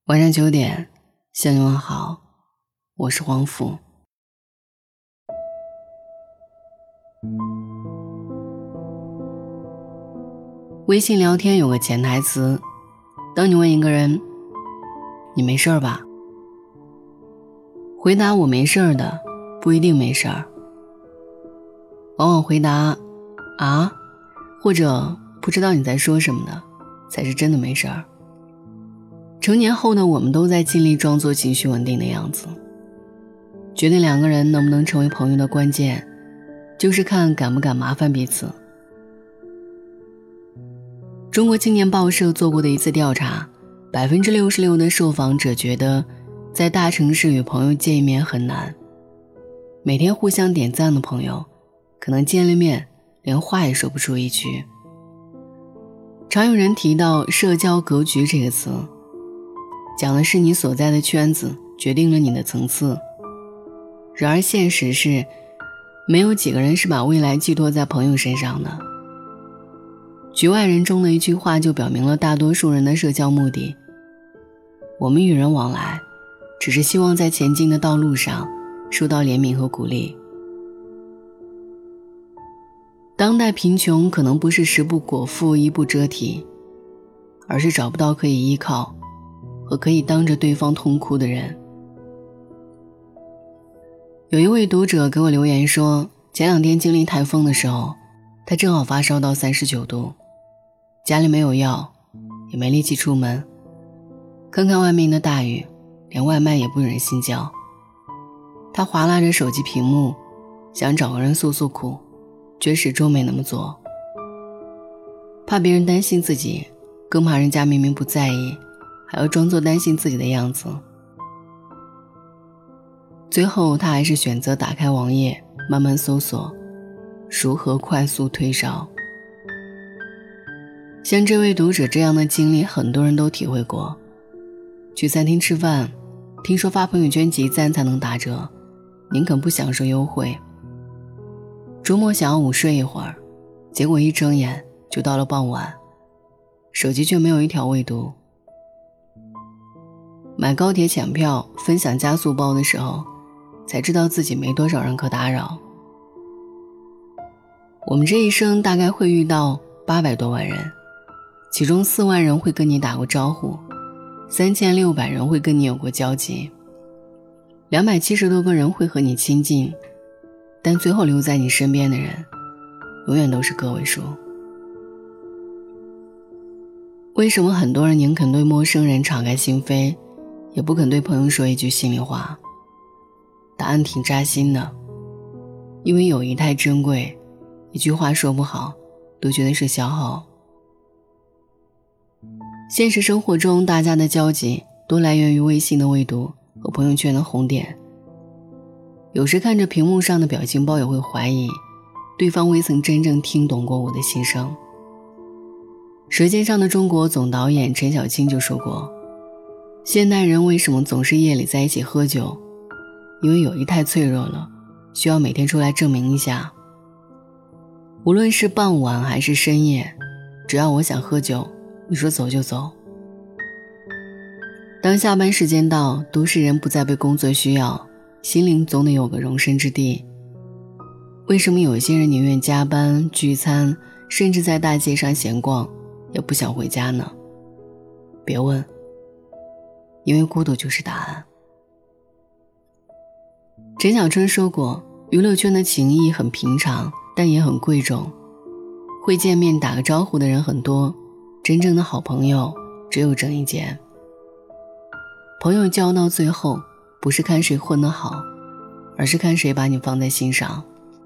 晚上9点，向你问好，我是黄甫。微信聊天有个潜台词，当你问一个人你没事吧，回答我没事的不一定没事儿，往往回答啊或者不知道你在说什么的才是真的没事儿。成年后的我们都在尽力装作情绪稳定的样子，决定两个人能不能成为朋友的关键就是看敢不敢麻烦彼此。中国青年报社做过的一次调查，66%的受访者觉得在大城市与朋友见一面很难，每天互相点赞的朋友可能见了面连话也说不出一句。常有人提到社交格局这个词，讲的是你所在的圈子决定了你的层次，然而现实是没有几个人是把未来寄托在朋友身上的。局外人中的一句话就表明了大多数人的社交目的，我们与人往来只是希望在前进的道路上受到怜悯和鼓励。当代贫穷可能不是食不果腹衣不遮体，而是找不到可以依靠和可以当着对方痛哭的人。有一位读者给我留言说，前2天经历台风的时候，他正好发烧到39度，家里没有药，也没力气出门，看看外面的大雨，连外卖也不忍心叫。他划拉着手机屏幕，想找个人诉诉苦，却始终没那么做，怕别人担心自己，更怕人家明明不在意还要装作担心自己的样子。最后他还是选择打开网页慢慢搜索如何快速退烧。像这位读者这样的经历很多人都体会过，去餐厅吃饭，听说发朋友圈集赞才能打折，宁肯不享受优惠。周末想要午睡一会儿，结果一睁眼就到了傍晚，手机却没有一条未读。买高铁抢票分享加速包的时候，才知道自己没多少人可打扰。我们这一生大概会遇到800多万人，其中4万人会跟你打过招呼，3600人会跟你有过交集，270多个人会和你亲近，但最后留在你身边的人永远都是个位数。为什么很多人宁肯对陌生人敞开心扉，也不肯对朋友说一句心里话？答案挺扎心的，因为友谊太珍贵，一句话说不好都觉得是消耗。现实生活中大家的交集都来源于微信的未读和朋友圈的红点，有时看着屏幕上的表情包也会怀疑对方未曾真正听懂过我的心声。舌尖上的中国总导演陈小青就说过，现代人为什么总是夜里在一起喝酒，因为友谊太脆弱了，需要每天出来证明一下。无论是傍晚还是深夜，只要我想喝酒，你说走就走。当下班时间到，都市人不再被工作需要，心灵总得有个容身之地。为什么有些人宁愿加班聚餐，甚至在大街上闲逛也不想回家呢？别问，因为孤独就是答案。陈小春说过，娱乐圈的情谊很平常，但也很贵重。会见面打个招呼的人很多，真正的好朋友只有郑伊健。朋友交到最后，不是看谁混得好，而是看谁把你放在心上。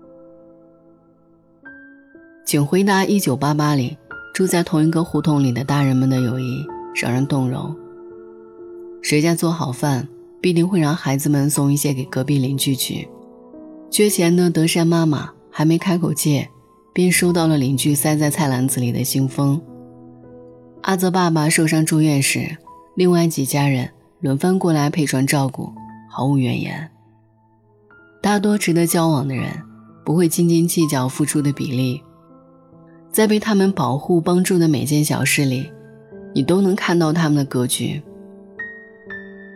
请回答1988里住在同一个胡同里的大人们的友谊让人动容。谁家做好饭，必定会让孩子们送一些给隔壁邻居去。缺钱的德善妈妈还没开口借，便收到了邻居塞在菜篮子里的信封。阿泽爸爸受伤住院时，另外几家人轮番过来陪床照顾，毫无怨言。大多值得交往的人不会斤斤计较付出的比例，在被他们保护帮助的每件小事里，你都能看到他们的格局。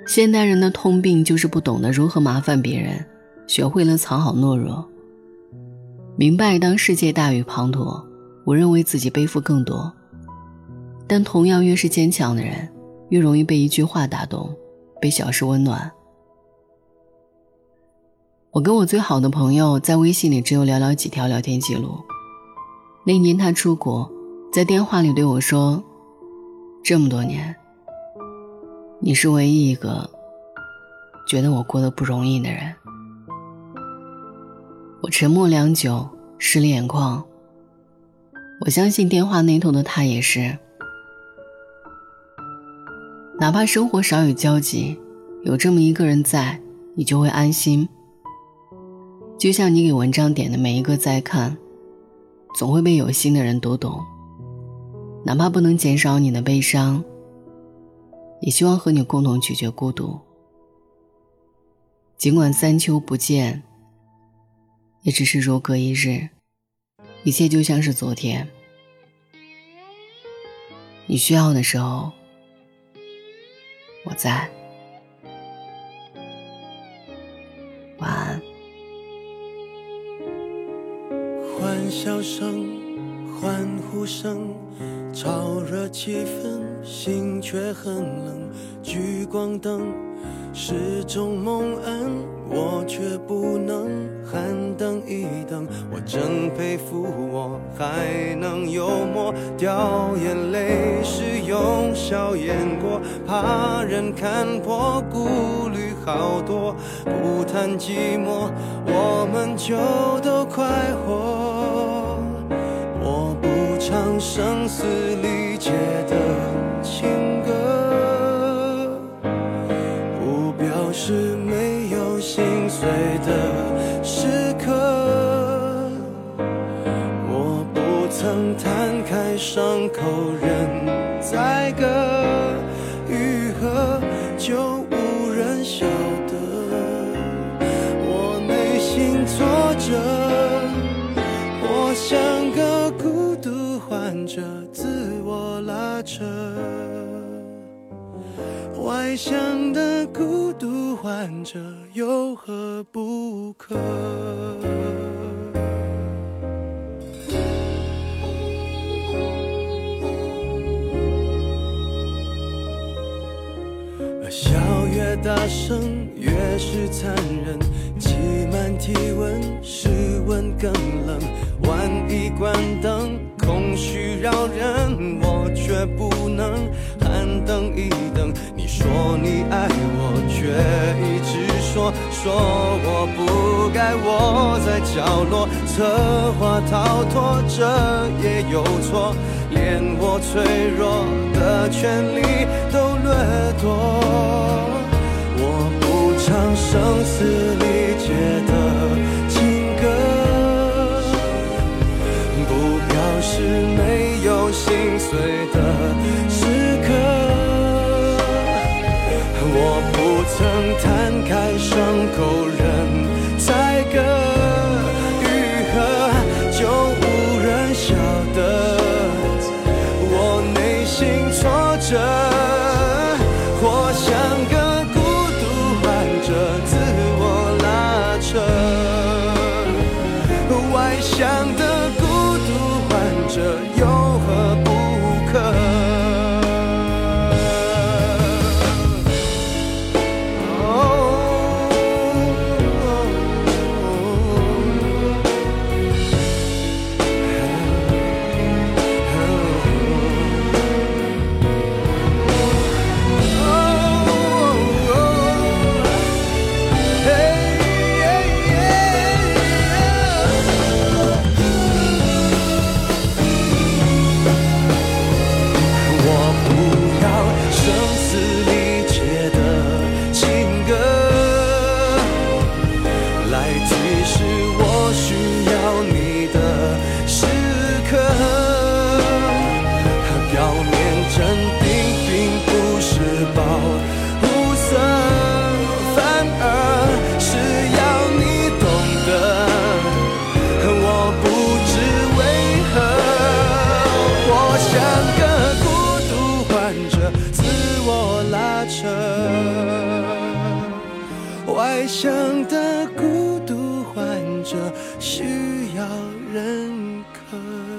现代人的通病就是不懂得如何麻烦别人，学会了藏好懦弱。明白当世界大雨滂沱，我认为自己背负更多，但同样越是坚强的人，越容易被一句话打动，被小事温暖。我跟我最好的朋友在微信里只有寥寥几条聊天记录。那年他出国，在电话里对我说，这么多年，你是唯一一个觉得我过得不容易的人。我沉默良久，湿了眼眶。我相信电话那头的他也是。哪怕生活少有交集，有这么一个人在，你就会安心。就像你给文章点的每一个再看，总会被有心的人读懂。哪怕不能减少你的悲伤，也希望和你共同拒绝孤独。尽管三秋不见，也只是如隔一日，一切就像是昨天。你需要的时候，我在。晚安。 欢笑声，欢呼声，炒热气氛，心却很冷。聚光灯是种蒙恩，我却不能喊等一等。我真佩服我还能幽默，掉眼泪是用笑掩过，怕人看破，顾虑好多。不谈寂寞，我们就都快活。我不唱声嘶力竭的情歌，不表示没有心碎的时刻。我不曾摊开伤口任宰割，愈合就无人晓得。我内心挫折，我像个孤独患者，自我拉扯。外向的孤独患者有何不可？笑越大声越是残忍，挤满体温，室温更冷。万一关灯，空虚扰人，我却不能喊等一等。你说你爱我，却一直说我不该窝在角落，策划逃脱，这也有错，连我脆弱的权利都掠夺。我不唱声嘶力竭的情歌，不表示没有心碎的时刻。我不曾摊开伤口任宰割，愈合就无人晓得。我内心挫折，或像个孤独患者，自我拉扯。外向的孤独患者有何不可？自我拉扯。 外向的孤独患者需要认可。